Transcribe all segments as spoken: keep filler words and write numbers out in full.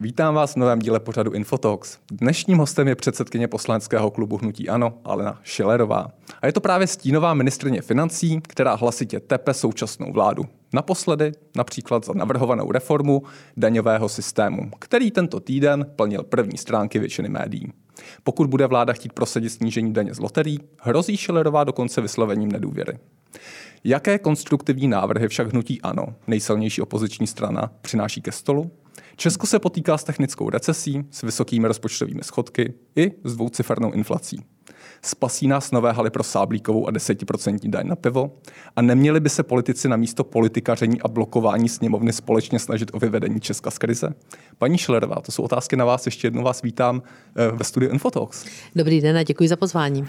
Vítám vás v novém díle pořadu Infotalks. Dnešním hostem je předsedkyně poslaneckého klubu Hnutí ANO Alena Schillerová. A je to právě stínová ministryně financí, která hlasitě tepe současnou vládu. Naposledy například za navrhovanou reformu daňového systému, který tento týden plnil první stránky většiny médií. Pokud bude vláda chtít prosadit snížení daně z loterií, hrozí Schillerová dokonce vyslovením nedůvěry. Jaké konstruktivní návrhy však Hnutí ANO, nejsilnější opoziční strana, přináší ke stolu? Česko se potýká s technickou recesí, s vysokými rozpočtovými schodky i s dvoucifernou inflací. Spasí nás nové haly pro Sáblíkovou a desetiprocentní daň na pivo? A neměli by se politici na místo politikaření a blokování sněmovny společně snažit o vyvedení Česka z krize? Paní Schillerová, to jsou otázky na vás. Ještě jednou vás vítám ve studiu Infotalks. Dobrý den a děkuji za pozvání.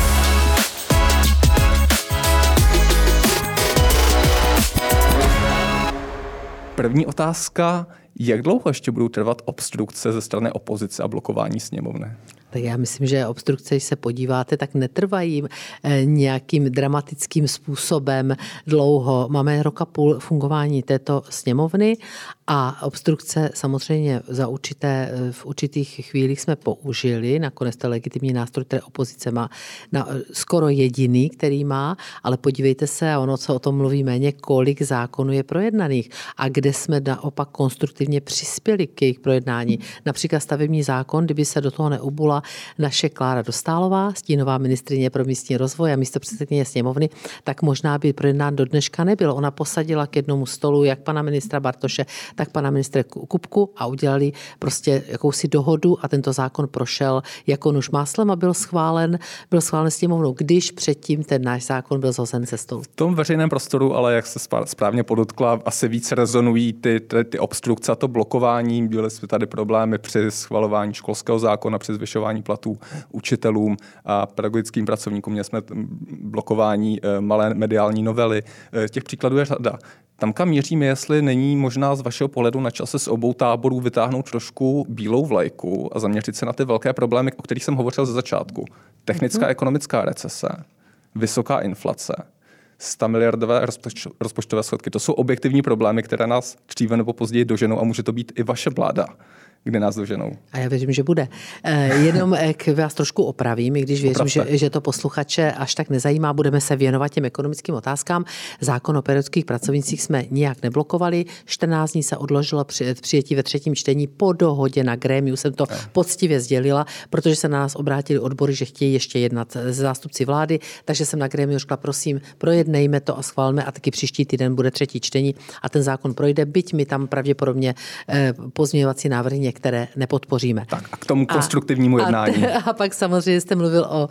První otázka. Jak dlouho ještě budou trvat obstrukce ze strany opozice a blokování sněmovny? Tak já myslím, že obstrukce, když se podíváte, tak netrvají nějakým dramatickým způsobem dlouho. Máme rok a půl fungování této sněmovny a obstrukce samozřejmě za určité, v určitých chvílích jsme použili. Nakonec to legitimní nástroj, který opozice má, na, skoro jediný, který má, ale podívejte se, a ono, co o tom mluví méně, kolik zákonů je projednaných a kde jsme naopak konstruktivně přispěli k jejich projednání. Například stavební zákon, kdyby se do toho neubula naše Klára Dostálová, stínová ministryně pro místní rozvoj a místopředsedkyně sněmovny, tak možná by projednán do dneška nebyl. Ona posadila k jednomu stolu jak pana ministra Bartoše, tak pana ministra Kupku a udělali prostě jakousi dohodu a tento zákon prošel jako nůž máslem a byl schválen, byl schválen sněmovnou, když předtím ten náš zákon byl zhozen ze stolu. V tom veřejném prostoru, ale jak se správně podotkla, asi víc rezonují ty, ty, ty obstrukce a to blokování. Byly jsme tady problémy při schvalování školského zákona, při zvyšování platů učitelům a pedagogickým pracovníkům. Měli jsme blokování malé mediální novely. Těch příkladů je řada. Tam, kam míříme, jestli není možná z vašeho pohledu na čase z obou táborů vytáhnout trošku bílou vlajku a zaměřit se na ty velké problémy, o kterých jsem hovořil ze začátku. Technická mm-hmm. ekonomická recese, vysoká inflace, sto miliardové rozpoč- rozpočtové schodky. To jsou objektivní problémy, které nás dříve nebo později doženou a může to být i vaše vláda, kde nás doženou. A já věřím, že bude. E, jenom k vás trošku opravím, i když věřím, že, že to posluchače až tak nezajímá, budeme se věnovat těm ekonomickým otázkám. Zákon o pedagogických pracovnicích jsme nijak neblokovali. čtrnáct dní se odložilo při, přijetí ve třetím čtení po dohodě na grémiu. Jsem to poctivě sdělila, protože se na nás obrátili odbory, že chtějí ještě jednat s zástupci vlády, takže jsem na grémiu řekla, prosím, projednejme to a schválme a taky příští týden bude třetí čtení a ten zákon projde, byť mi tam pravděpodobně e, pozměňovací návrhy které nepodpoříme. Tak a k tomu konstruktivnímu jednání. A, a pak samozřejmě jste mluvil o,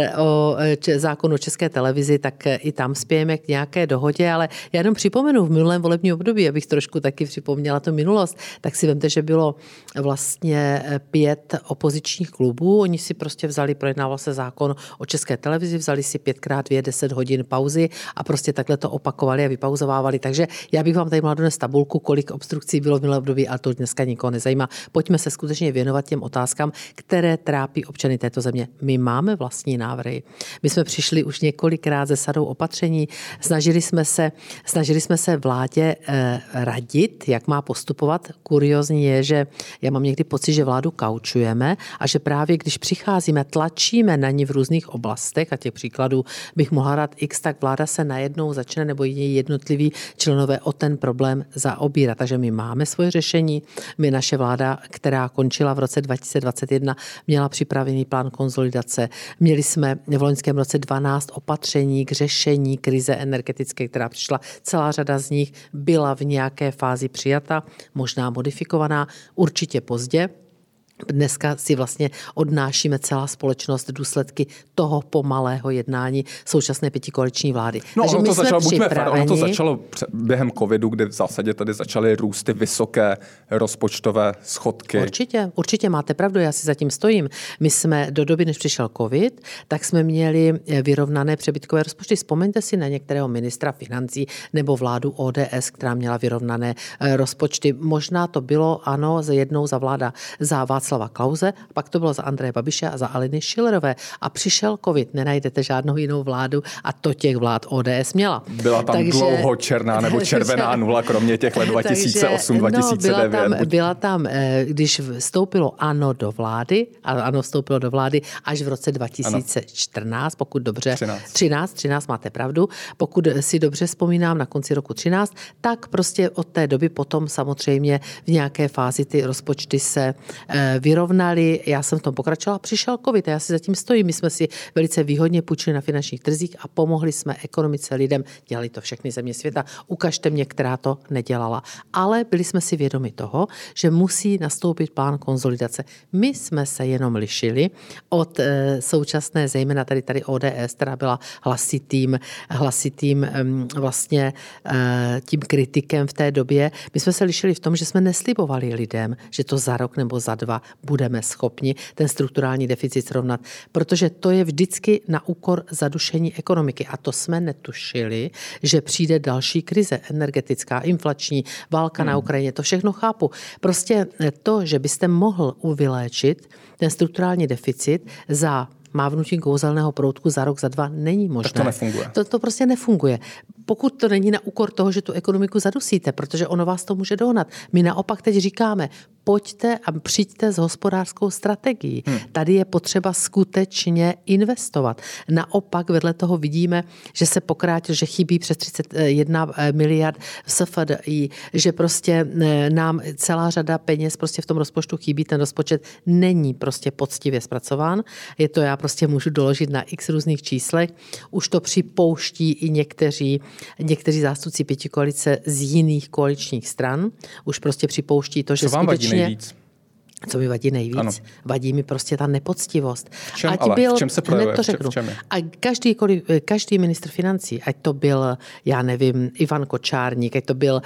o če, zákonu o České televizi, tak i tam spějeme k nějaké dohodě, ale já jenom připomenu v minulém volebním období, abych trošku taky připomněla tu minulost, tak si vemte, že bylo vlastně pět opozičních klubů, oni si prostě vzali, projednával se zákon o České televizi, vzali si pětkrát dvě, deset hodin pauzy a prostě takhle to opakovali a vypauzovávali. Takže já bych vám tady měla dnes tabulku, kolik obstrukcí bylo v minulém období, ale to dneska nikoho nezajímá. Pojďme se skutečně věnovat těm otázkám, které trápí občany této země. My máme vlastní návrhy. My jsme přišli už několikrát se sadou opatření. Snažili jsme se, snažili jsme se vládě eh, radit, jak má postupovat. Kuriozní je, že já mám někdy pocit, že vládu kaučujeme a že právě když přicházíme, tlačíme na ní v různých oblastech, a těch příkladů bych mohla dát x, tak vláda se najednou začne nebo její jednotliví členové o ten problém zaobírat. Takže my máme svoje řešení, my naše vláda, která končila v roce dva tisíce dvacet jedna, měla připravený plán konsolidace. Měli jsme v loňském roce dvanáct opatření k řešení krize energetické, která přišla. Celá řada z nich byla v nějaké fázi přijata, možná modifikovaná, určitě pozdě. Dneska si vlastně odnášíme celá společnost důsledky toho pomalého jednání současné pětikoaliční vlády. No, Takže ono, my to jsme začalo, buďme, ono to připraveni... začalo během covidu, kdy v zásadě tady začaly růst ty vysoké rozpočtové schodky. Určitě, určitě máte pravdu, já si za tím stojím. My jsme do doby, než přišel covid, tak jsme měli vyrovnané přebytkové rozpočty. Vzpomeňte si na některého ministra financí nebo vládu O D S, která měla vyrovnané rozpočty. Možná to bylo, ano, jednou za vláda za Václava Václava Klause, a pak to bylo za Andreje Babiše a za Aleny Schillerové. A přišel covid, nenajdete žádnou jinou vládu a to těch vlád O D S měla. Byla tam takže, dlouho černá nebo červená nula, kromě těch let dva tisíce osm dva tisíce devět. No, byla, tam, byla tam, když vstoupilo ANO do vlády, a ANO vstoupilo do vlády až v roce dva tisíce čtrnáct, ano. Pokud dobře, třináct, třináct máte pravdu, pokud si dobře vzpomínám na konci roku třináct, tak prostě od té doby potom samozřejmě v nějaké fázi ty rozpočty se vyrovnaly. Já jsem v tom pokračovala, přišel covid a já si zatím stojím. My jsme si velice výhodně půjčili na finančních trzích a pomohli jsme ekonomice, lidem, dělali to všechny země světa. Ukažte mě, která to nedělala. Ale byli jsme si vědomi toho, že musí nastoupit plán konsolidace. My jsme se jenom lišili od e, současné, zejména tady tady O D S, která byla hlasitým, hlasitým e, vlastně e, tím kritikem v té době. My jsme se lišili v tom, že jsme neslibovali lidem, že to za rok nebo za dva budeme schopni ten strukturální deficit srovnat, protože to je vždycky na úkor zadušení ekonomiky a to jsme netušili, že přijde další krize, energetická, inflační, válka hmm. na Ukrajině, to všechno chápu. Prostě to, že byste mohl vyléčit ten strukturální deficit za mávnutím kouzelného proutku za rok, za dva není možné. Tak to nefunguje. To, to prostě nefunguje. Pokud to není na úkor toho, že tu ekonomiku zadusíte, protože ono vás to může dohnat. My naopak teď říkáme, pojďte a přijďte s hospodářskou strategií. Hmm. Tady je potřeba skutečně investovat. Naopak vedle toho vidíme, že se pokrátil, že chybí přes třicet jedna miliard v S F D I, že prostě nám celá řada peněz prostě v tom rozpočtu chybí. Ten rozpočet není prostě poctivě zpracován. Je to, já prostě můžu doložit na x různých číslech. Už to připouští i někteří, někteří zástupci pětikoalice z jiných koaličních stran. Už prostě připouští to, že Co vám skutečně... vadí nejvíc? Co mi vadí nejvíc? Ano. Vadí mi prostě ta nepoctivost. V čem, ať ale? byl, v čem se projevuje? to řeknu. V čem je? A každý, každý ministr financí, ať to byl, já nevím, Ivan Kočárník, ať to byl,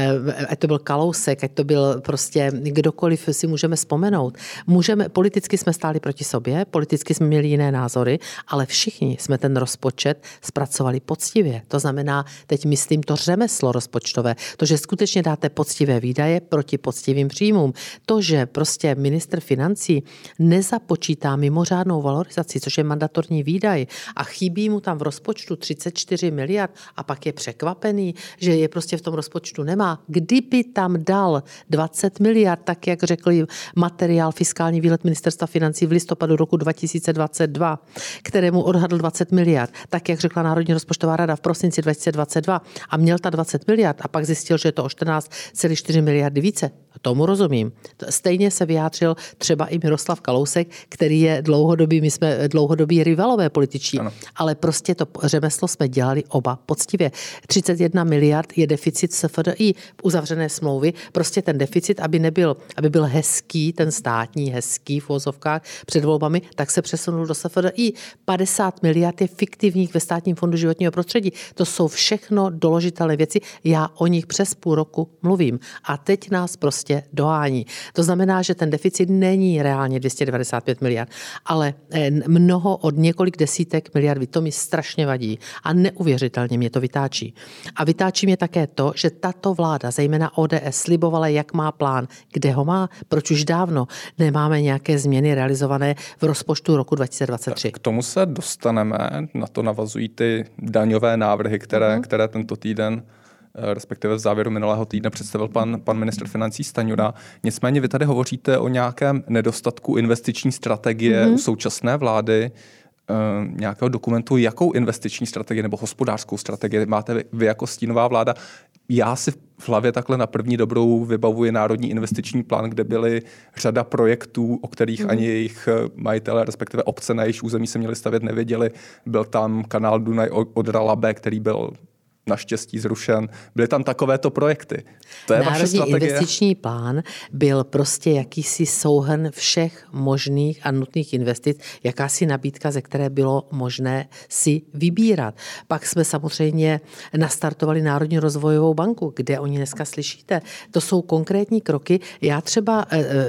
ať to byl Kalousek, ať to byl prostě kdokoliv si můžeme vzpomenout. Můžeme, politicky jsme stáli proti sobě, politicky jsme měli jiné názory, ale všichni jsme ten rozpočet zpracovali poctivě. To znamená, teď myslím to řemeslo rozpočtové, to, že skutečně dáte poctivé výdaje proti poctivým příjmům. To, že prostě ministr financí nezapočítá mimořádnou valorizaci, což je mandatorní výdaj a chybí mu tam v rozpočtu třicet čtyři miliard a pak je překvapený, že je prostě v tom rozpočtu nemá. Kdyby tam dal dvacet miliard, tak jak řekl materiál fiskální výhled ministerstva financí v listopadu roku dva tisíce dvacet dva, kterému odhadl dvacet miliard, tak jak řekla Národní rozpočtová rada v prosinci dva tisíce dvacet dva a měl ta dvacet miliard a pak zjistil, že je to o čtrnáct celá čtyři miliardy více. Tomu rozumím. Stejně se vyjádřil třeba i Miroslav Kalousek, který je dlouhodobý, my jsme dlouhodobí rivalové političtí, ano. Ale prostě to řemeslo jsme dělali oba poctivě. třicet jedna miliard je deficit S F D I, uzavřené smlouvy, prostě ten deficit, aby nebyl, aby byl hezký, ten státní hezký v uvozovkách před volbami, tak se přesunul do S F D I. padesát miliard je fiktivních ve státním fondu životního prostředí. To jsou všechno doložitelné věci. Já o nich přes půl roku mluvím. A teď nás prostě dohání. To znamená, že ten deficit není reálně dvě stě devadesát pět miliard, ale mnoho od několik desítek miliard, to mi strašně vadí a neuvěřitelně mě to vytáčí. A vytáčí mě také to, že tato vláda, zejména O D S, slibovala, jak má plán, kde ho má, proč už dávno nemáme nějaké změny realizované v rozpočtu roku dva tisíce dvacet tři. K tomu se dostaneme, na to navazují ty daňové návrhy, které, uh-huh. které tento týden respektive v závěru minulého týdne představil pan, pan ministr financí Stanjura. Nicméně vy tady hovoříte o nějakém nedostatku investiční strategie mm-hmm. u současné vlády, e, nějakého dokumentu, jakou investiční strategii nebo hospodářskou strategii máte vy, vy jako stínová vláda. Já si v hlavě takhle na první dobrou vybavuji Národní investiční plán, kde byly řada projektů, o kterých mm. ani jejich majitelé, respektive obce na jejich území se měli stavět, nevěděli. Byl tam kanál Dunaj Odra-Labe, který byl naštěstí zrušen. Byly tam takovéto projekty. To je Národní vaše strategie? investiční plán byl prostě jakýsi souhrn všech možných a nutných investic, jakási nabídka, ze které bylo možné si vybírat. Pak jsme samozřejmě nastartovali Národní rozvojovou banku, kde oni dneska slyšíte. To jsou konkrétní kroky. Já třeba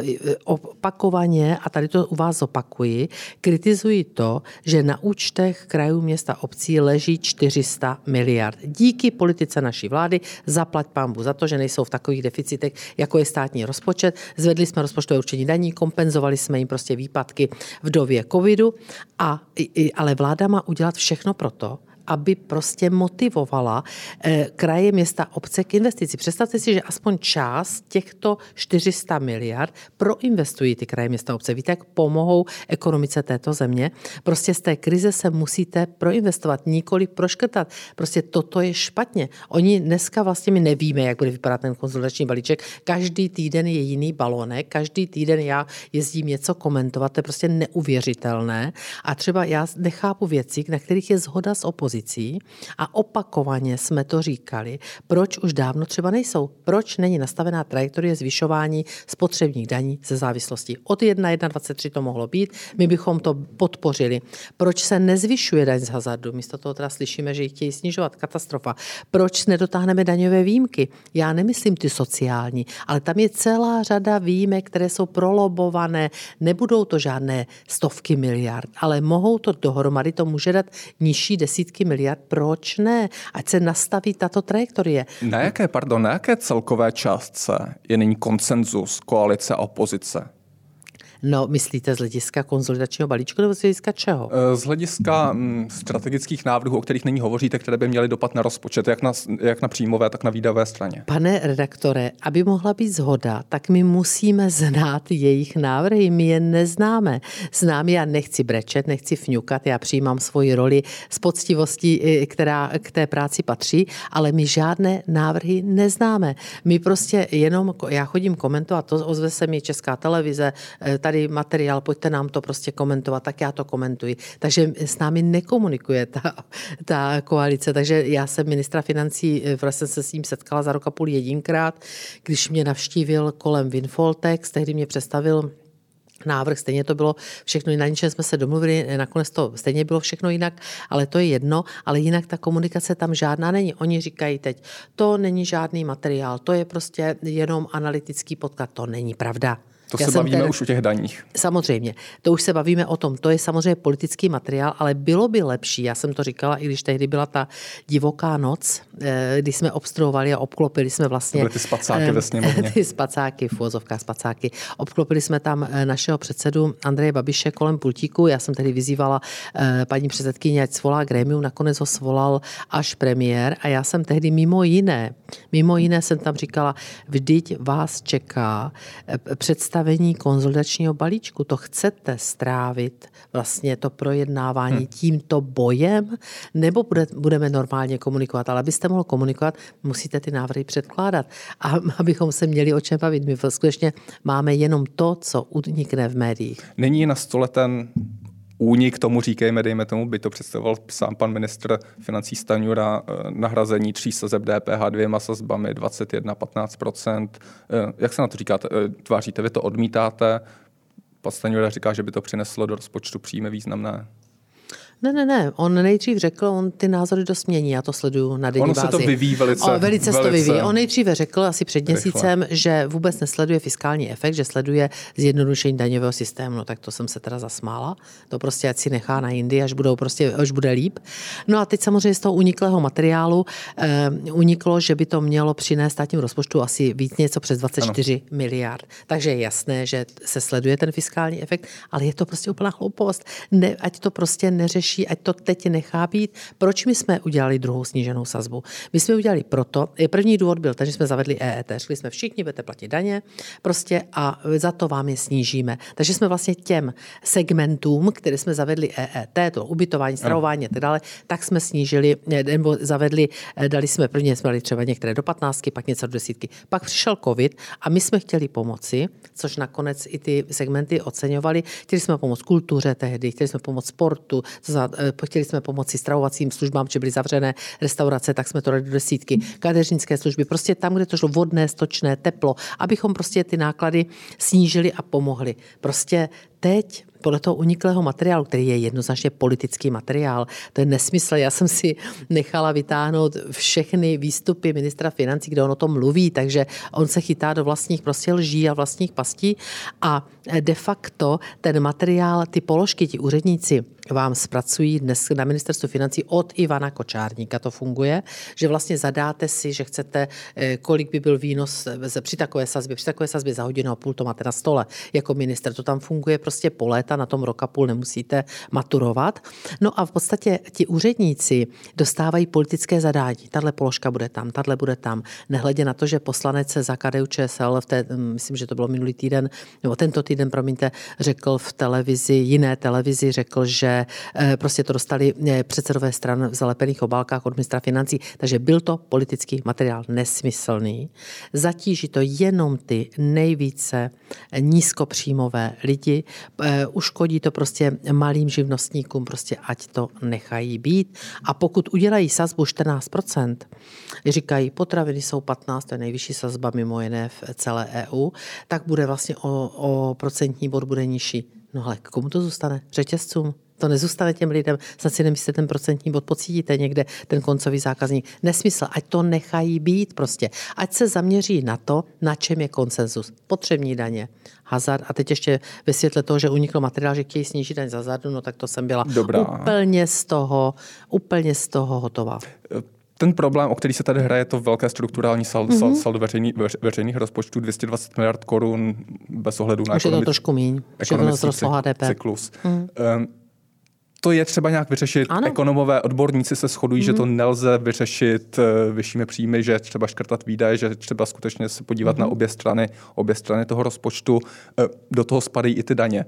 opakovaně, a tady to u vás opakuji, kritizuji to, že na účtech krajů, města, obcí leží čtyři sta miliard. díky politice naší vlády, zaplať pánbu za to, že nejsou v takových deficitech, jako je státní rozpočet. Zvedli jsme rozpočtové určení daní, kompenzovali jsme jim prostě výpadky v době covidu, a, ale vláda má udělat všechno proto, aby prostě motivovala eh, kraje, města, obce k investici. Představte si, že aspoň část těchto čtyři sta miliard proinvestují ty kraje, města, obce. Víte, jak pomohou ekonomice této země? Prostě z té krize se musíte proinvestovat, nikoli proškrtat. Prostě toto je špatně. Oni dneska vlastně my nevíme, jak bude vypadat ten konsolidační balíček. Každý týden je jiný balónek, každý týden já jezdím něco komentovat, to je prostě neuvěřitelné. A třeba já nechápu věci, na kterých je shoda s opozicí. A opakovaně jsme to říkali, proč už dávno třeba nejsou. Proč není nastavená trajektorie zvyšování spotřebních daní ze závislostí. Od jedna jedna dvacet tři to mohlo být, my bychom to podpořili. Proč se nezvyšuje daň z hazardu? Místo toho teda slyšíme, že ji chtějí snižovat. Katastrofa. Proč nedotáhneme daňové výjimky? Já nemyslím ty sociální, ale tam je celá řada výjimek, které jsou prolobované. Nebudou to žádné stovky miliard, ale mohou to dohromady, to může dát nižší desítky miliard, proč ne? Ať se nastaví tato trajektorie. Na jaké, pardon, na jaké celkové částce je nyní konsenzus koalice a opozice? No, myslíte z hlediska konsolidačního balíčku nebo z hlediska čeho? Z hlediska m, strategických návrhů, o kterých nyní hovoříte, které by měly dopad na rozpočet, jak na, jak na příjmové, tak na výdajové straně. Pane redaktore, aby mohla být shoda, tak my musíme znát jejich návrhy, my je neznáme. Znám, já nechci brečet, nechci fňukat, já přijímám svoji roli s poctivostí, která k té práci patří, ale my žádné návrhy neznáme. My prostě jenom, já chodím komentovat, to ozve se mi Česká televize, tady materiál, pojďte nám to prostě komentovat, tak já to komentuji. Takže s námi nekomunikuje ta, ta koalice, takže já jsem ministra financí, vlastně se s ním setkala za rok a půl jedinkrát, když mě navštívil kolem Windfall-Tax, tehdy mě představil návrh, stejně to bylo všechno, na ničem jsme se domluvili, nakonec to stejně bylo všechno jinak, ale to je jedno, ale jinak ta komunikace tam žádná není. Oni říkají teď, to není žádný materiál, to je prostě jenom analytický podklad, to není pravda. To Já se bavíme ten... už o těch daních. Samozřejmě, to už se bavíme o tom, to je samozřejmě politický materiál, ale bylo by lepší, já jsem to říkala, i když tehdy byla ta divoká noc, kdy jsme obstruovali a obklopili jsme vlastně... To byly ty spacáky ve sněmovně. Ty spacáky, v uvozovkách spacáky. Obklopili jsme tam našeho předsedu Andreje Babiše kolem pultíku, já jsem tehdy vyzývala paní předsedkyni, ať svolá grémium, nakonec ho svolal až premiér a já jsem tehdy mimo jiné, mimo jiné jsem tam říkala, vždyť vás čeká představení konsolidačního balíčku. To chcete strávit vlastně to projednávání hmm. tímto bojem, nebo bude, budeme normálně komunikovat? Ale abyste mohl komunikovat, musíte ty návrhy předkládat. A abychom se měli o čem bavit. My skutečně máme jenom to, co unikne v médiích. Není na stole ten únik, tomu říkejme, dejme tomu, by to představoval sám pan ministr financí Stanjura, nahrazení tří sazeb D P H dvěma sazbami dvacet jedna patnáct procent. Jak se na to říkáte? Tváříte, vy to odmítáte? Pan Stanjura říká, že by to přineslo do rozpočtu příjmy významné. Ne, ne, ne. On nejdřív řekl, on ty názory dost mění, já to sleduju na denní ono bázi. Ono se to vyvíjí velice. O, velice, velice to vyvíjí. On nejdříve řekl asi před měsícem, rychle, že vůbec nesleduje fiskální efekt, že sleduje zjednodušení daňového systému. No tak to jsem se teda zasmála. To prostě ať si nechá na jindy, až, budou prostě, až bude líp. No a teď samozřejmě z toho uniklého materiálu eh, uniklo, že by to mělo přinést státním rozpočtu asi víc něco přes dvacet čtyři ano. miliard. Takže je jasné, že se sleduje ten fiskální efekt, ale je to prostě úplná hloupost. Ne, ať to prostě neřeší, ať to teď nechá být. Proč my jsme udělali druhou sníženou sazbu? My jsme udělali proto, první důvod byl ten, že jsme zavedli E E T. Řekli jsme, všichni budete platit daně prostě a za to vám je snížíme. Takže jsme vlastně těm segmentům, které jsme zavedli E E T, to ubytování, stravování a tak dále, tak jsme snížili, nebo zavedli, dali jsme, prvně jsme dali třeba některé do patnáctky, pak něco do desítky. Pak přišel covid a my jsme chtěli pomoci, což nakonec i ty segmenty oceňovali. Chtěli jsme pomoct kultuře tehdy, chtěli jsme pomoct sportu, chtěli jsme pomoci stravovacím službám, že byly zavřené restaurace, tak jsme to dali do desítky, kadeřnické služby, prostě tam, kde to šlo vodné, stočné, teplo, abychom prostě ty náklady snížili a pomohli. Prostě teď podle toho uniklého materiálu, který je jednoznačně politický materiál, to je nesmysl. Já jsem si nechala vytáhnout všechny výstupy ministra financí, kde on o tom mluví, takže on se chytá do vlastních prostě lží a vlastních pastí a de facto ten materiál, ty položky, ti úředníci vám zpracují dnes na ministerstvu financí od Ivana Kočárníka to funguje, že vlastně zadáte si, že chcete, kolik by byl výnos při takové sazbě, při takové sazbě za hodinu a půl to máte na stole. Jako minister to tam funguje prostě po léta, na tom roka půl nemusíte maturovat. No a v podstatě ti úředníci dostávají politické zadání. Tahle položka bude tam, tahle bude tam. Nehledě na to, že poslanec za K D U Č S L v té, myslím, že to bylo minulý týden, nebo tento týden, promiňte, řekl v televizi, jiné televizi, řekl, že prostě to dostali předsedové stran v zalepených obálkách od ministra financí. Takže byl to politický materiál nesmyslný. Zatíží to jenom ty nejvíce nízkopříjmové lidi. Uškodí to prostě malým živnostníkům, prostě ať to nechají být. A pokud udělají sazbu čtrnáct procent, říkají, potraviny jsou patnáct, to je nejvyšší sazba mimo jiné v celé E U, tak bude vlastně o, o procentní bod bude nižší. No ale komu to zůstane? Řetězcům? To nezůstane těm lidem, snad si nemyslíte, ten procentní bod pocítíte někde, ten koncový zákazník. Nesmysl, ať to nechají být prostě. Ať se zaměří na to, na čem je konsenzus. Potřební daně, hazard. A teď ještě ve světle toho, že unikl materiál, že chtějí snížit daň z hazardu, no tak to jsem byla Dobrá. úplně z toho, úplně z toho hotová. Ten problém, o který se tady hraje, je to velké strukturální saldo, mm-hmm. saldo veřejný, veřejných rozpočtů dvě stě dvacet miliard korun bez ohledu na ekonomic, to trošku míň, ekonomický cyklus. Mm. Um, to je třeba nějak vyřešit. Ano. Ekonomové odborníci se shodují, mm-hmm. že to nelze vyřešit vyššími příjmy, že třeba škrtat výdaje, že třeba skutečně se podívat mm-hmm. na obě strany, obě strany toho rozpočtu. Do toho spadají i ty daně.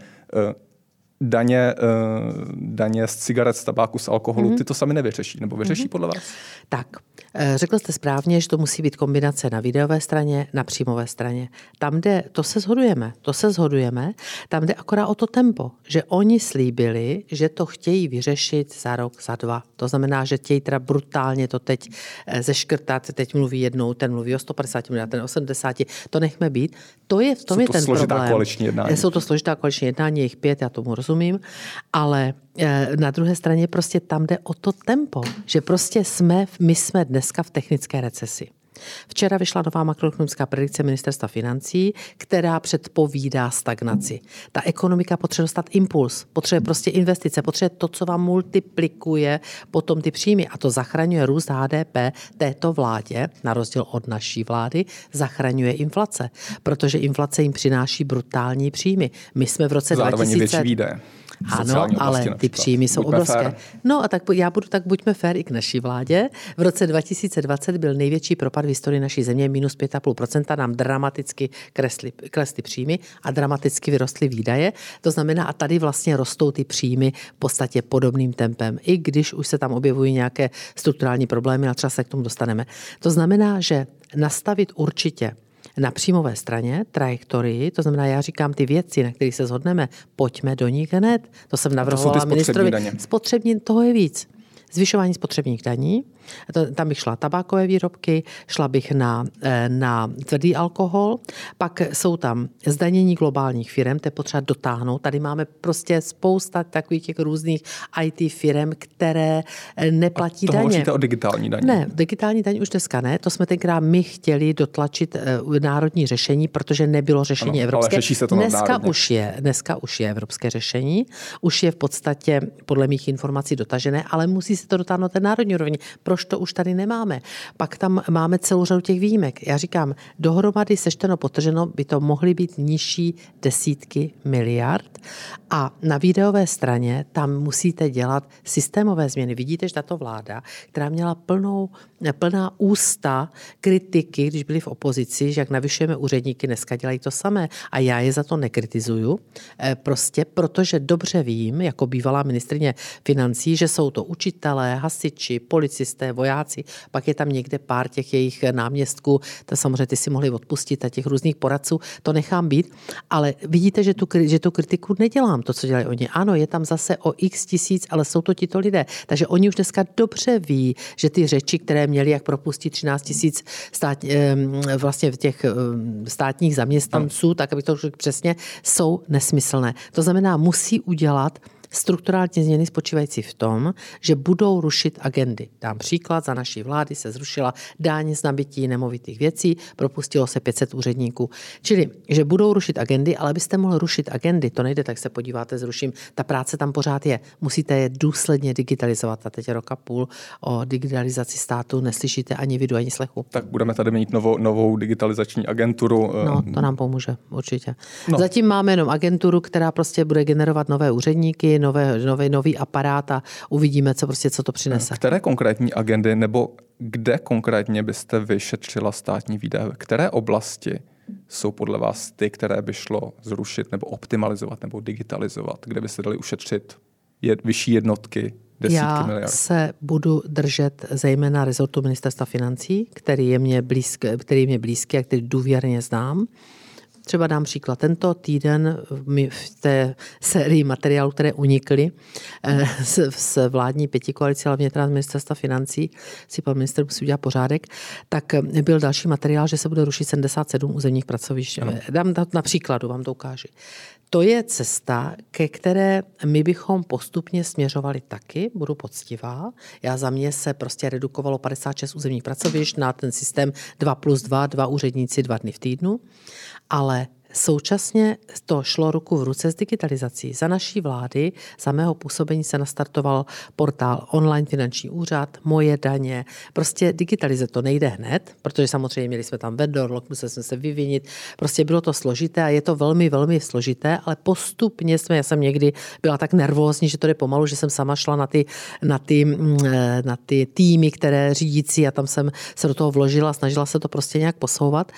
Daně, daně z cigaret, z tabáku, z alkoholu, mm-hmm. ty to sami nevyřeší, nebo vyřeší mm-hmm. podle vás? Tak, řekl jste správně, že to musí být kombinace na výdajové straně, na příjmové straně. Tam jde, to se shodujeme, to se shodujeme, tam jde akorát o to tempo, že oni slíbili, že to chtějí vyřešit za rok, za dva. To znamená, že chtějí teda brutálně to teď zeškrtat, teď mluví jednou, ten mluví o sto padesát miliard, ten o sedmdesát, to nechme být. To je v tom je ten problém. Koaliční jednání. Jsou to složitá koaliční jednání, jejich pět, já tomu rozumím, ale na druhé straně prostě tam jde o to tempo, že prostě jsme, my jsme dneska v technické recesi. Včera vyšla nová makroekonomická predikce ministerstva financí, která předpovídá stagnaci. Ta ekonomika potřebuje dostat impuls, potřebuje prostě investice, potřebuje to, co vám multiplikuje potom ty příjmy a to zachraňuje růst H D P této vládě, na rozdíl od naší vlády, zachraňuje inflace, protože inflace jim přináší brutální příjmy. My jsme v roce Zároveň dva tisíce... větší výdaje. Ano, ale ty příjmy jsou buďme obrovské. Fair. No a tak já budu, tak buďme fair i k naší vládě. V roce dva tisíce dvacet byl největší propad v historii naší země, minus pět celá pět procenta, nám dramaticky kresly, klesly příjmy a dramaticky vyrostly výdaje. To znamená, a tady vlastně rostou ty příjmy v podstatě podobným tempem, i když už se tam objevují nějaké strukturální problémy, ale třeba se k tomu dostaneme. To znamená, že nastavit určitě na příjmové straně trajektorii, to znamená, já říkám ty věci, na kterých se shodneme, pojďme do nich hned. To jsem navrhovala ministrovi. Spotřební, toho je víc. Zvyšování spotřebních daní, to, tam bych šla tabákové výrobky, šla bych na, na tvrdý alkohol, pak jsou tam zdanění globálních firem, to je potřeba dotáhnout. Tady máme prostě spousta takových těch různých í té firem, které neplatí daně. A to daně. hovoříte o digitální daní? Ne, digitální daň už dneska ne, to jsme tenkrát my chtěli dotlačit uh, národní řešení, protože nebylo řešení ano, evropské. Ale řeší se to dneska už je, dneska už je evropské řešení, už je v podstatě podle mých informací dotažené, ale musí se to dotáhnout na národní úrovni. Proč to už tady nemáme? Pak tam máme celou řadu těch výjimek. Já říkám, dohromady sečteno potrženo by to mohly být nižší desítky miliard a na výdajové straně tam musíte dělat systémové změny. Vidíte, že tato vláda, která měla plnou, plná ústa kritiky, když byli v opozici, že jak navyšujeme úředníky, dneska dělají to samé a já je za to nekritizuju. Prostě protože dobře vím, jako bývalá ministryně financí, že jsou to učitelé, hasiči, policisté, vojáci, pak je tam někde pár těch jejich náměstků, to samozřejmě ty si mohli odpustit a těch různých poradců, to nechám být, ale vidíte, že tu, že tu kritiku nedělám, to, co dělají oni. Ano, je tam zase o x tisíc, ale jsou to tito lidé. Takže oni už dneska dobře ví, že ty řeči, které měli, jak propustit třináct tisíc stát, vlastně těch státních zaměstnanců, tak aby to řekl přesně, jsou nesmyslné. To znamená, musí udělat strukturální změny spočívající v tom, že budou rušit agendy. Dám příklad, za naší vlády se zrušila daň z nabytí nemovitých věcí, propustilo se pět set úředníků. Čili, že budou rušit agendy, ale abyste mohli rušit agendy, to nejde, tak se podíváte, zruším. Ta práce tam pořád je. Musíte je důsledně digitalizovat. A teď rok a půl o digitalizaci státu neslyšíte ani vidu, ani slechu. Tak budeme tady mít novou, novou digitalizační agenturu. No, to nám pomůže, určitě. No. Zatím máme jenom agenturu, která prostě bude generovat nové úředníky, nové, nové, nový aparát a uvidíme, co prostě co to přinese. Které konkrétní agendy nebo kde konkrétně byste vyšetřila státní výdaje? Které oblasti jsou podle vás ty, které by šlo zrušit nebo optimalizovat nebo digitalizovat? Kde by se dali ušetřit je, vyšší jednotky, desítky Já miliard? Já se budu držet zejména rezortu ministerstva financí, který je mě blízký, který je mě blízký a který důvěrně znám. Třeba dám příklad. Tento týden v té sérii materiálů, které unikly z vládní pětikoalice, hlavně teda z ministerstva financí, si pan ministr musí udělat pořádek, tak byl další materiál, že se bude rušit sedmdesát sedm územních pracovišť. No. Dám na příkladu, vám to ukážu. To je cesta, ke které my bychom postupně směřovali taky, budu poctivá. Já za mě se prostě redukovalo padesát šest územních pracovišť na ten systém dva plus dva, dva úředníci, dva dny v týdnu, ale současně to šlo ruku v ruce s digitalizací. Za naší vlády, za mého působení se nastartoval portál Online finanční úřad, Moje daně. Prostě digitalizace to nejde hned, protože samozřejmě měli jsme tam vendor, museli jsme se vyvinit. Prostě bylo to složité a je to velmi, velmi složité, ale postupně jsme, já jsem někdy byla tak nervózní, že to jde pomalu, že jsem sama šla na ty, na ty, na ty týmy, které řídící a tam jsem se do toho vložila, snažila se to prostě nějak posouvat.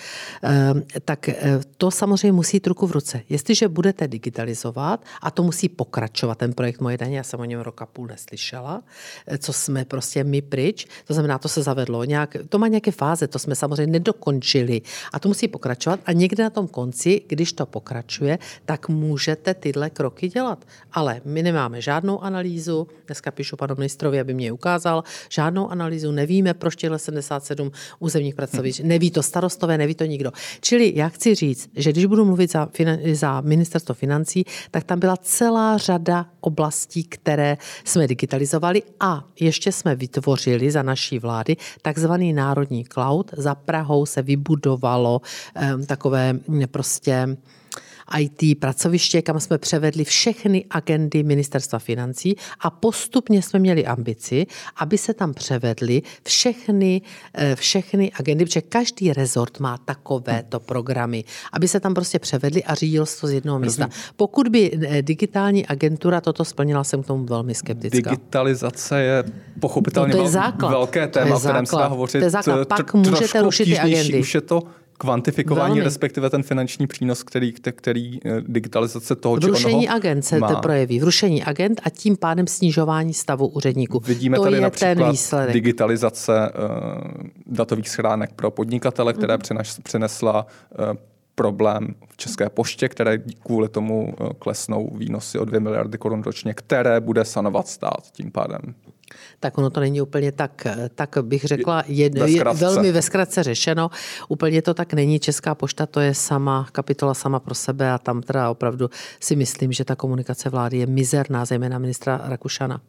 Tak to samozřejmě musí jít ruku v ruce. Jestliže budete digitalizovat, a to musí pokračovat, ten projekt Moje daně, já jsem o něm roka půl neslyšela, co jsme prostě my pryč, to znamená, to se zavedlo, nějak, to má nějaké fáze, to jsme samozřejmě nedokončili a to musí pokračovat a někde na tom konci, když to pokračuje, tak můžete tyhle kroky dělat. Ale my nemáme žádnou analýzu, dneska píšu panu ministrovi, aby mě ukázal, žádnou analýzu, nevíme, proč těchto sedmdesát sedm územních pracovišť, neví to starostové, neví to nikdo. Čili já chci říct, že když budu mluvit za, za ministerstvo financí, tak tam byla celá řada oblastí, které jsme digitalizovali a ještě jsme vytvořili za naší vlády takzvaný národní cloud. Za Prahou se vybudovalo um, takové prostě í té pracoviště, kam jsme převedli všechny agendy ministerstva financí a postupně jsme měli ambici, aby se tam převedly všechny, všechny agendy, protože každý rezort má takovéto programy, aby se tam prostě převedly a řídilo se to z jednoho místa. Pokud by digitální agentura toto splnila, jsem k tomu velmi skeptická. Digitalizace je pochopitelně to, to je velké téma, o kterém se dá hovořit. To je základ. Pak můžete rušit ty agendy. Už je to kvantifikování, velmi. Respektive ten finanční přínos, který, který digitalizace toho či onoho Vrušení agent se to projeví. Vrušení agent a tím pádem snižování stavu úředníků. Vidíme to tady je například ten výsledek. Digitalizace uh, datových schránek pro podnikatele, které mm. přinesla uh, problém v České poště, které kvůli tomu uh, klesnou výnosy o dvě miliardy korun ročně, které bude sanovat stát tím pádem. Tak ono to není úplně tak, tak bych řekla, je, je velmi ve zkratce řešeno. Úplně to tak není. Česká pošta to je sama kapitola sama pro sebe a tam teda opravdu si myslím, že ta komunikace vlády je mizerná, zejména ministra Rakušana.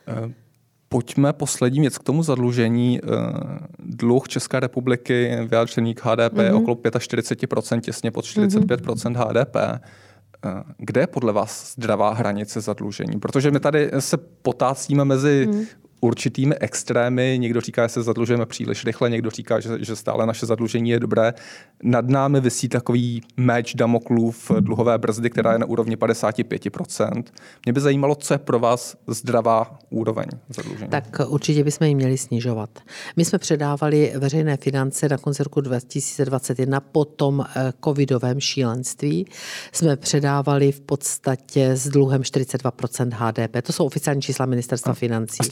Pojďme poslední věc k tomu zadlužení. Dluh České republiky vyjádřený k há dé pé mm-hmm. je okolo čtyřicet pět procent, těsně pod čtyřicet pět procent mm-hmm. há dé pé. Kde je podle vás zdravá hranice zadlužení? Protože my tady se potácíme mezi hmm. určitými extrémy. Někdo říká, že se zadlužujeme příliš rychle, někdo říká, že, že stále naše zadlužení je dobré. Nad námi visí takový meč Damoklův dluhové brzdy, která je na úrovni padesát pět procent. Mě by zajímalo, co je pro vás zdravá úroveň zadlužení. Tak určitě bychom ji měli snižovat. My jsme předávali veřejné finance na konci roku dva tisíce dvacet jedna po tom covidovém šílenství. Jsme předávali v podstatě s dluhem čtyřicet dva procent há dé pé. To jsou oficiální čísla ministerstva financí. A s tím jste spokojená?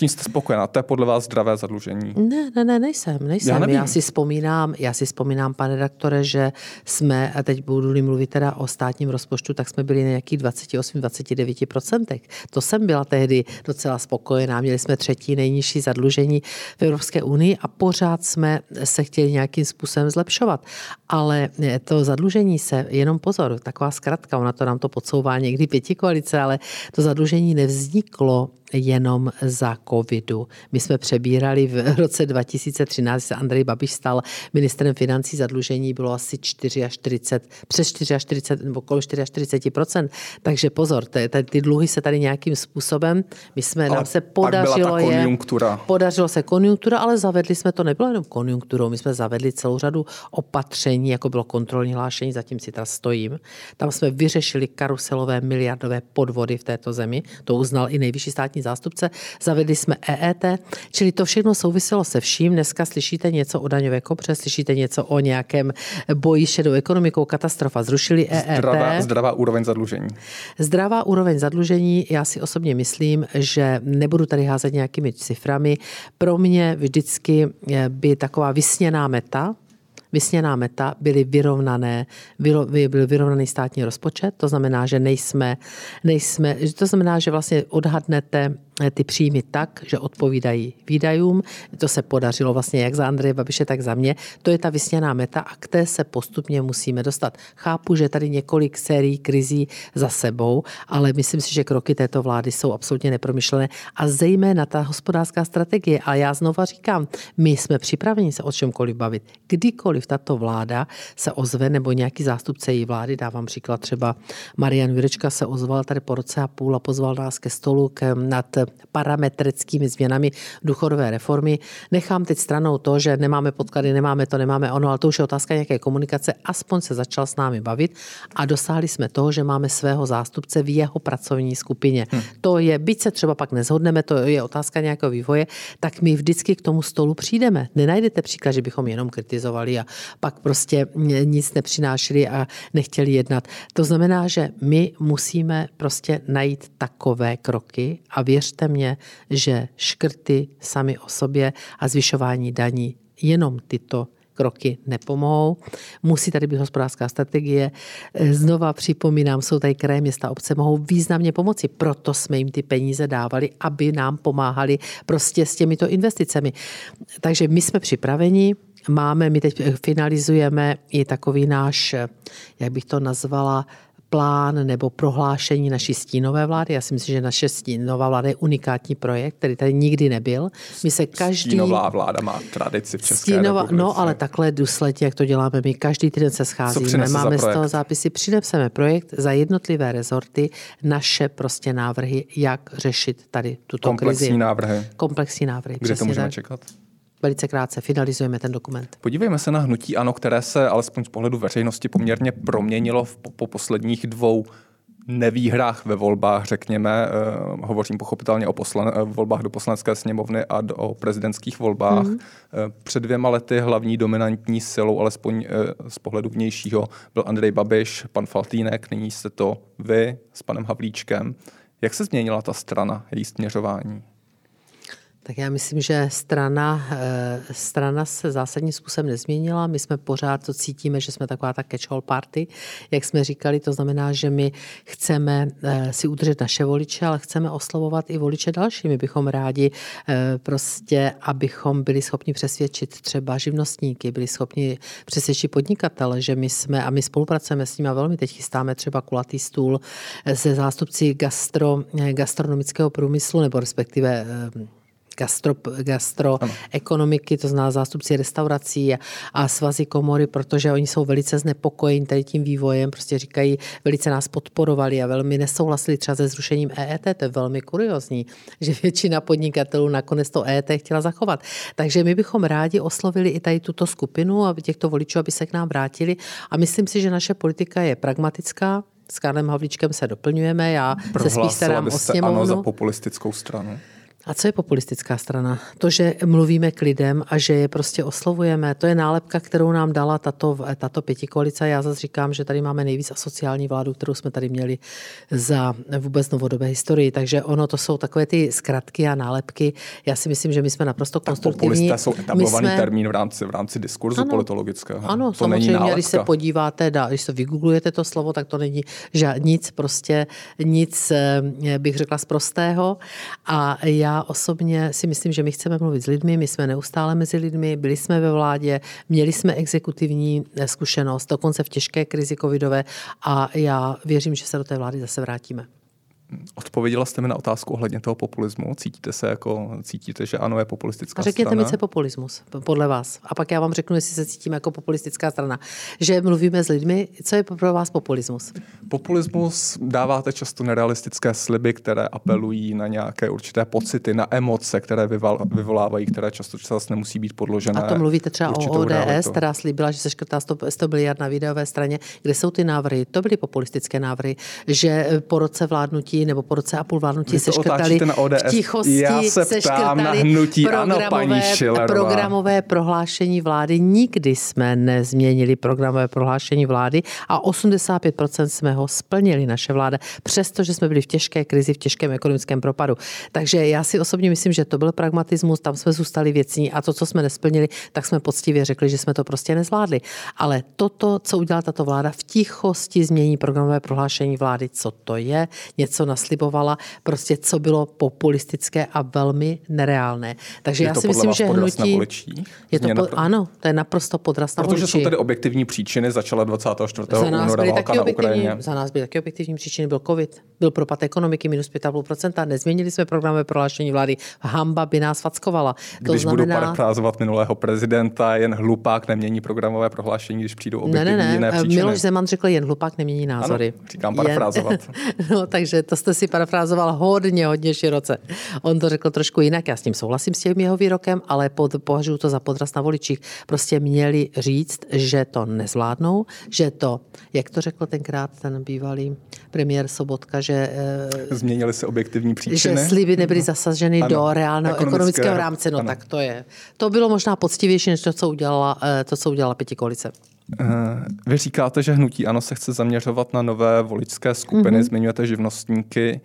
spokojená. To je podle vás zdravé zadlužení? Ne, ne, ne, nejsem, nejsem. Já, já si vzpomínám, já si vzpomínám, pane redaktore, že jsme, a teď budu mluvit teda o státním rozpočtu, tak jsme byli na nějakých dvacet osm dvacet devět procent. To jsem byla tehdy docela spokojená. Měli jsme třetí nejnižší zadlužení v Evropské unii a pořád jsme se chtěli nějakým způsobem zlepšovat. Ale to zadlužení se, jenom pozor, taková zkratka, ona to nám to podsouvá někdy pětikoalice, ale to zadlužení nevzniklo jenom za covidu. My jsme přebírali v roce dva tisíce třináct, se Andrej Babiš stal ministrem financí, zadlužení bylo asi čtyřicet čtyři, přes čtyřicet čtyři nebo okolo čtyřicet čtyři procent. Takže pozor, ty, ty dluhy se tady nějakým způsobem, my jsme, ale nám se podařilo je, podařilo se konjunktura, ale zavedli jsme to, nebylo jenom konjunkturou, my jsme zavedli celou řadu opatření, jako bylo kontrolní hlášení, zatím si tam stojím. Tam jsme vyřešili karuselové miliardové podvody v této zemi, to uznal i nejvyšší státní zástupce, zavedli jsme E E T, čili to všechno souviselo se vším. Dneska slyšíte něco o daňové kopře, slyšíte něco o nějakém boji šedou ekonomikou, katastrofa, zrušili E E T. Zdravá, zdravá úroveň zadlužení. Zdravá úroveň zadlužení, já si osobně myslím, že nebudu tady házet nějakými ciframi. Pro mě vždycky by taková vysněná meta, Vysněná meta byly vyrovnané, byl vyrovnaný státní rozpočet, to znamená, že nejsme, nejsme, to znamená, že vlastně odhadnete ty příjmy tak, že odpovídají výdajům. To se podařilo vlastně jak za Andreje Babiše, tak za mě. To je ta vysněná meta a k té se postupně musíme dostat. Chápu, že tady několik sérií krizí za sebou, ale myslím si, že kroky této vlády jsou absolutně nepromyšlené a zejména ta hospodářská strategie. A já znova říkám, my jsme připraveni se o čemkoliv bavit. Kdykoliv tato vláda se ozve, nebo nějaký zástupce její vlády, dávám příklad třeba Marian Jurečka se ozval tady po roce a půl a pozval nás ke stolu k, nad parametrickými změnami důchodové reformy. Nechám teď stranou to, že nemáme podklady, nemáme to, nemáme ono, ale to už je otázka nějaké komunikace. Aspoň se začal s námi bavit a dosáhli jsme toho, že máme svého zástupce v jeho pracovní skupině. Hmm. To je, byť se třeba pak nezhodneme, to je otázka nějakého vývoje, tak my vždycky k tomu stolu přijdeme. Nenajdete příklad, že bychom jenom kritizovali a pak prostě nic nepřinášeli a nechtěli jednat. To znamená, že my musíme prostě najít takové kroky a věřte mě, že škrty sami o sobě a zvyšování daní jenom tyto kroky nepomohou. Musí tady být hospodářská strategie. Znova připomínám, jsou tady kraje, města, obce mohou významně pomoci. Proto jsme jim ty peníze dávali, aby nám pomáhali prostě s těmito investicemi. Takže my jsme připraveni. Máme, my teď finalizujeme i takový náš, jak bych to nazvala, plán nebo prohlášení naší stínové vlády. Já si myslím, že naše stínová vláda je unikátní projekt, který tady nikdy nebyl. My se každý... Stínová vláda má tradici v České Stínová... republice. No, ale takhle důsledně, jak to děláme my, každý týden se scházíme, máme z toho zápisy, přineseme projekt za jednotlivé rezorty, naše prostě návrhy, jak řešit tady tuto Komplexní krizi. návrhy. Komplexní návrhy. Kde to můžeme tak. čekat? Velice krátce finalizujeme ten dokument. Podívejme se na hnutí ANO, které se alespoň z pohledu veřejnosti poměrně proměnilo v, po, po posledních dvou nevýhrách ve volbách, řekněme. Eh, hovořím pochopitelně o poslan, eh, volbách do poslanecké sněmovny a do, o prezidentských volbách. Mm. Eh, před dvěma lety hlavní dominantní silou, alespoň eh, z pohledu vnějšího, byl Andrej Babiš, pan Faltýnek, nyní jste to vy s panem Havlíčkem. Jak se změnila ta strana, její směřování? Tak já myslím, že strana, strana se zásadním způsobem nezměnila. My jsme pořád to cítíme, že jsme taková ta catch-all party, jak jsme říkali. To znamená, že my chceme si udržet naše voliče, ale chceme oslovovat i voliče další. My bychom rádi prostě, abychom byli schopni přesvědčit třeba živnostníky, byli schopni přesvědčit podnikatele, že my jsme, a my spolupracujeme s nimi a velmi teď chystáme třeba kulatý stůl se zástupci gastro, gastronomického průmyslu, nebo respektive gastro, gastroekonomiky, to znamená zástupci restaurací a, a svazy komory, protože oni jsou velice znepokojeni tady tím vývojem, prostě říkají, velice nás podporovali a velmi nesouhlasili třeba se zrušením E E T, to je velmi kuriózní, že většina podnikatelů nakonec to E E T chtěla zachovat. Takže my bychom rádi oslovili i tady tuto skupinu a těchto voličů, aby se k nám vrátili a myslím si, že naše politika je pragmatická. S Karlem Havlíčkem se doplňujeme, já se spíš starám o sněmovnu. ANO za populistickou stranu. A co je populistická strana? To, že mluvíme k lidem a že je prostě oslovujeme, to je nálepka, kterou nám dala tato, tato pětikoalice. Já zase říkám, že tady máme nejvíc asociální vládu, kterou jsme tady měli za vůbec novodobé historii. Takže ono to jsou takové ty zkratky a nálepky. Já si myslím, že my jsme naprosto tak konstruktivní. Populisté jsou etablovaný jsme... termín v rámci, v rámci diskurzu ano, politologického. Ano, to samozřejmě, není když se podíváte, když se vygooglujete to slovo, tak to není ža- nic prostě, nic bych řekla sprostého. A já Já osobně si myslím, že my chceme mluvit s lidmi, my jsme neustále mezi lidmi, byli jsme ve vládě, měli jsme exekutivní zkušenost, dokonce v těžké krizi covidové a já věřím, že se do té vlády zase vrátíme. Odpověděla jste mi na otázku ohledně toho populismu. Cítíte se jako, cítíte, že ANO je populistická a řekněte strana? mi, co je populismus, podle vás. A pak já vám řeknu, jestli se cítím jako populistická strana. Že mluvíme s lidmi, co je pro vás populismus? Populismus dáváte často nerealistické sliby, které apelují na nějaké určité pocity, na emoce, které vyvolávají, které často čas nemusí být podložené. A to mluvíte třeba o O D S, realitou. která slíbila, že se škrtá sto miliard na výdajové straně. Kde jsou ty návrhy? To byly populistické návrhy, že po roce vládnutí nebo po roce a půl vládnutí se škrtali v tichosti, Já se, se ptám na hnutí ano, paní Schillerová. Programové prohlášení vlády. Nikdy jsme nezměnili programové prohlášení vlády a osmdesát pět procent jsme ho splnili, naše vláda, přestože jsme byli v těžké krizi, v těžkém ekonomickém propadu. Takže já si osobně myslím, že to byl pragmatismus, tam jsme zůstali věcní a to, co jsme nesplnili, tak jsme poctivě řekli, že jsme to prostě nezvládli. Ale toto, co udělala tato vláda, v tichosti změní programové prohlášení vlády, co to je, něco naslibovala, prostě co bylo populistické a velmi nereálné. Takže je já si myslím, že hnutí je to po, ano, to je naprosto podraz na voliči. Protože jsou tady objektivní příčiny, začala dvacátého čtvrtého února válka na Ukrajině. Za nás byly taky objektivní příčiny, byl covid, byl propad ekonomiky minus pět celá pět procenta, nezměnili jsme programové prohlášení vlády, hamba by nás fackovala. Když to znamená... budu parafrázovat minulého prezidenta, jen hlupák nemění programové prohlášení, když přijdou objektivní ne, ne, ne. jiné příčiny. Miloš Zeman řekl, jen hlupák nemění názory. Ano, říkám parafrázovat. Jen... no, takže to jste si parafrázoval hodně, hodně široce. On to řekl trošku jinak, já s tím souhlasím s tím jeho výrokem, ale pod, považuji to za podraz na voličích. Prostě měli říct, že to nezvládnou, že to, jak to řekl tenkrát ten bývalý premiér Sobotka, že změnily se objektivní příčiny. Že sliby nebyly zasaženy ano, do reálného ekonomického rámce. No ano. Tak to je. To bylo možná poctivější, než to, co udělala, to, co udělala pětikoalice. Vy říkáte, že hnutí ANO se chce zaměřovat na nové voličské skupiny, mm-hmm. zmiňujete živnostníky.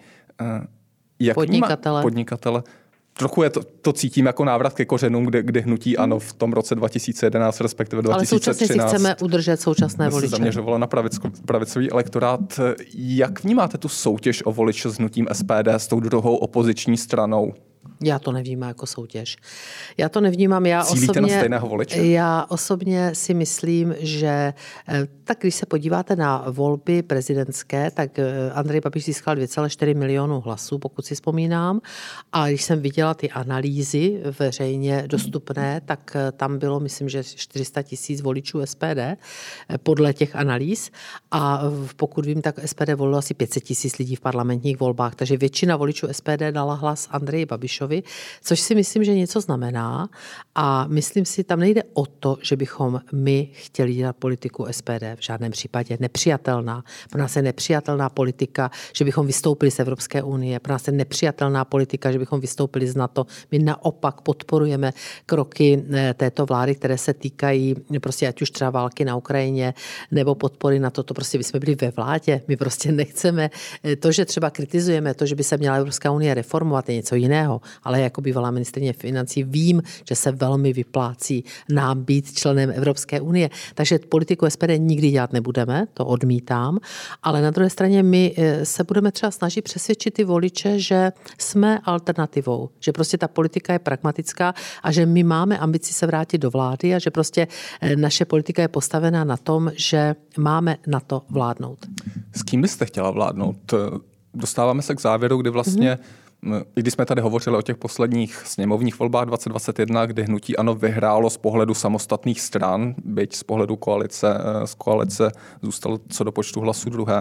Jak podnikatele. podnikatele. Trochu je to, to cítím jako návrat ke kořenům, kde, kde hnutí ANO v tom roce dva tisíce jedenáct, respektive dva tisíce třináct. Ale současně si chceme udržet současné voliče. Se zaměřovalo na pravico, pravicový elektorát. Jak vnímáte tu soutěž o voliče s hnutím S P D, s tou druhou opoziční stranou? Já to nevnímám jako soutěž. Já to nevnímám. Já Cílíte osobně, na stejného voliče? Já osobně si myslím, že tak když se podíváte na volby prezidentské, tak Andrej Babiš získal dvě celé čtyři milionu hlasů, pokud si vzpomínám. A když jsem viděla ty analýzy veřejně dostupné, tak tam bylo, myslím, že čtyři sta tisíc voličů S P D podle těch analýz. A pokud vím, tak S P D volilo asi pět set tisíc lidí v parlamentních volbách. Takže většina voličů S P D dala hlas Andreji Babišovi, což si myslím, že něco znamená a myslím si, tam nejde o to, že bychom my chtěli dělat politiku S P D, v žádném případě nepřijatelná. Pro nás je nepřijatelná politika, že bychom vystoupili z Evropské unie, pro nás je nepřijatelná politika, že bychom vystoupili z NATO. My naopak podporujeme kroky této vlády, které se týkají prostě ať už třeba války na Ukrajině nebo podpory na to, to prostě my jsme byli ve vládě, my prostě nechceme to, že třeba kritizujeme to, že by se měla Evropská unie reformovat, je něco jiného. Ale jako bývalá ministryně financí vím, že se velmi vyplácí nám být členem Evropské unie. Takže politiku S P D nikdy dělat nebudeme, to odmítám, ale na druhé straně my se budeme třeba snažit přesvědčit ty voliče, že jsme alternativou, že prostě ta politika je pragmatická a že my máme ambici se vrátit do vlády a že prostě naše politika je postavená na tom, že máme na to vládnout. S kým byste chtěla vládnout? Dostáváme se k závěru, kdy vlastně mm-hmm. I když jsme tady hovořili o těch posledních sněmovních volbách dvacet dvacet jedna, kdy hnutí ANO vyhrálo z pohledu samostatných stran, byť z pohledu koalice, z koalice zůstalo co do počtu hlasů druhé,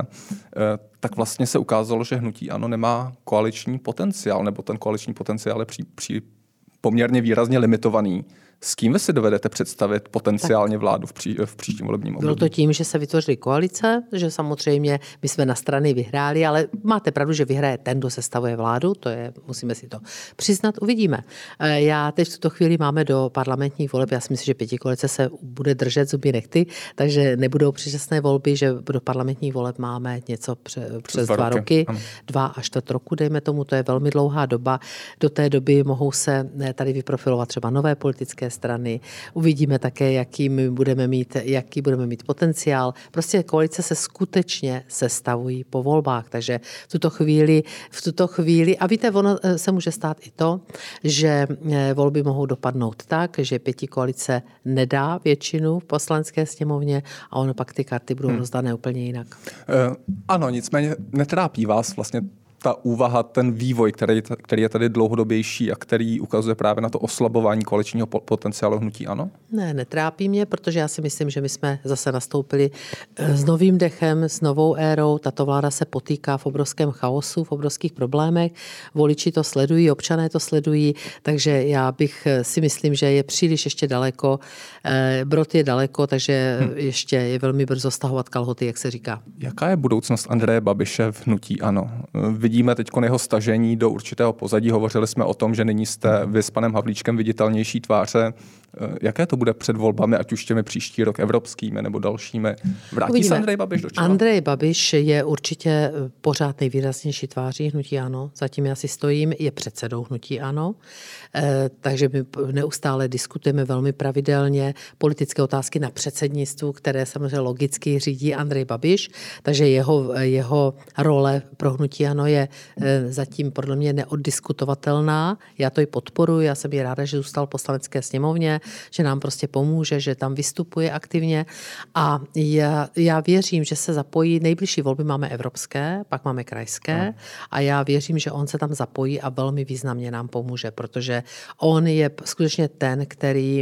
tak vlastně se ukázalo, že hnutí ANO nemá koaliční potenciál, nebo ten koaliční potenciál je při, při poměrně výrazně limitovaný. S kým vy si dovedete představit potenciálně vládu v, pří, v příštím volebním období? Bylo to tím, že se vytvořily koalice, že samozřejmě my jsme na strany vyhráli, ale máte pravdu, že vyhraje ten, kdo sestavuje vládu, to je, musíme si to přiznat, uvidíme. Já teď v tuto chvíli máme do parlamentních voleb, já si myslím, že pětikoalice se bude držet zuby nechty, takže nebudou předčasné volby, že do parlamentních voleb máme něco pře, přes dva, dva roky, roky dva až čtvrt roku, dejme tomu, to je velmi dlouhá doba. Do té doby mohou se tady vyprofilovat třeba nové politické strany. Uvidíme také, jaký my budeme mít, jaký budeme mít potenciál. Prostě koalice se skutečně sestavují po volbách, takže v tuto chvíli, v tuto chvíli, a víte, ono se může stát i to, že volby mohou dopadnout tak, že pětikoalice nedá většinu v poslanecké sněmovně a ono pak ty karty budou hmm. rozdané úplně jinak. Uh, ano, nicméně netrápí vás vlastně ta úvaha, ten vývoj, který, který je tady dlouhodobější a který ukazuje právě na to oslabování koaličního potenciálu hnutí ANO? Ne, netrápí mě, protože já si myslím, že my jsme zase nastoupili s novým dechem, s novou érou. Tato vláda se potýká v obrovském chaosu, v obrovských problémech. Voliči to sledují, občané to sledují, takže já bych si myslím, že je příliš ještě daleko. Brod je daleko, takže hmm. ještě je velmi brzo stahovat kalhoty, jak se říká. Jaká je budoucnost Andreje Babiše v hnutí ANO? Vidíme teď jeho stažení do určitého pozadí. Hovořili jsme o tom, že nyní jste vy s panem Havlíčkem viditelnější tváře. Jaké to bude před volbami, ať už těmi příští rok evropskými nebo dalšími? Vrátí Uvidíme. se Andrej Babiš do čela? Andrej Babiš je určitě pořád nejvýraznější tváří hnutí ANO. Zatím já si stojím, je předsedou hnutí ANO. E, takže my neustále diskutujeme velmi pravidelně politické otázky na předsednictvu, které samozřejmě logicky řídí Andrej Babiš. Takže jeho, jeho role pro hnutí ANO je e, zatím podle mě neoddiskutovatelná. Já to i podporuji, já jsem i ráda, že zůstal v poslanecké sněmovně, že nám prostě pomůže, že tam vystupuje aktivně a já, já věřím, že se zapojí, nejbližší volby máme evropské, pak máme krajské no. a já věřím, že on se tam zapojí a velmi významně nám pomůže, protože on je skutečně ten, který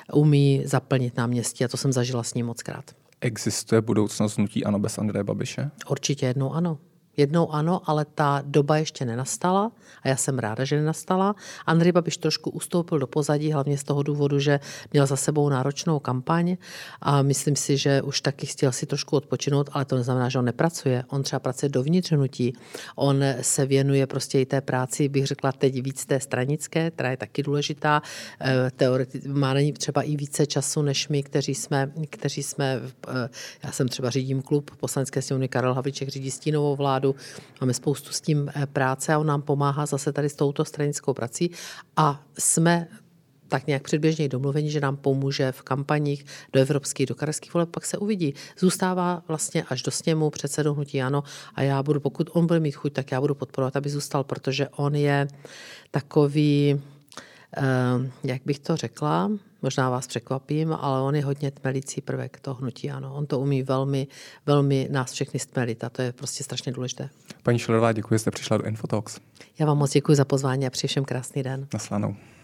umí zaplnit náměstí a to jsem zažila s ním moc krát. Existuje budoucnost hnutí ANO bez Andreje Babiše? Určitě jednou ano. Jednou ano, ale ta doba ještě nenastala a já jsem ráda, že nenastala. Andrej Babiš trošku ustoupil do pozadí, hlavně z toho důvodu, že měl za sebou náročnou kampaň a myslím si, že už taky chtěl si trošku odpočinout, ale to neznamená, že on nepracuje. On třeba pracuje dovnitř hnutí. On se věnuje prostě i té práci, bych řekla teď víc té stranické, která je taky důležitá. Teoreticky má na ní třeba i více času, než my, kteří jsme, kteří jsme já jsem třeba řídím klub poslanecké sněmovny, Karel Havlíček řídí stínovou vládu. Máme spoustu s tím práce a on nám pomáhá zase tady s touto stranickou prací a jsme tak nějak předběžně domluveni, že nám pomůže v kampaních do evropských, do krajských voleb, pak se uvidí. Zůstává vlastně až do sněmu předsedou hnutí ANO a já budu, pokud on bude mít chuť, tak já budu podporovat, aby zůstal, protože on je takový, jak bych to řekla, možná vás překvapím, ale on je hodně tmelící prvek toho hnutí, ano. On to umí velmi, velmi nás všechny stmelit a to je prostě strašně důležité. Paní Schillerová, děkuji, že jste přišla do Infotalks. Já vám moc děkuji za pozvání a přeji všem krásný den. Naslanou.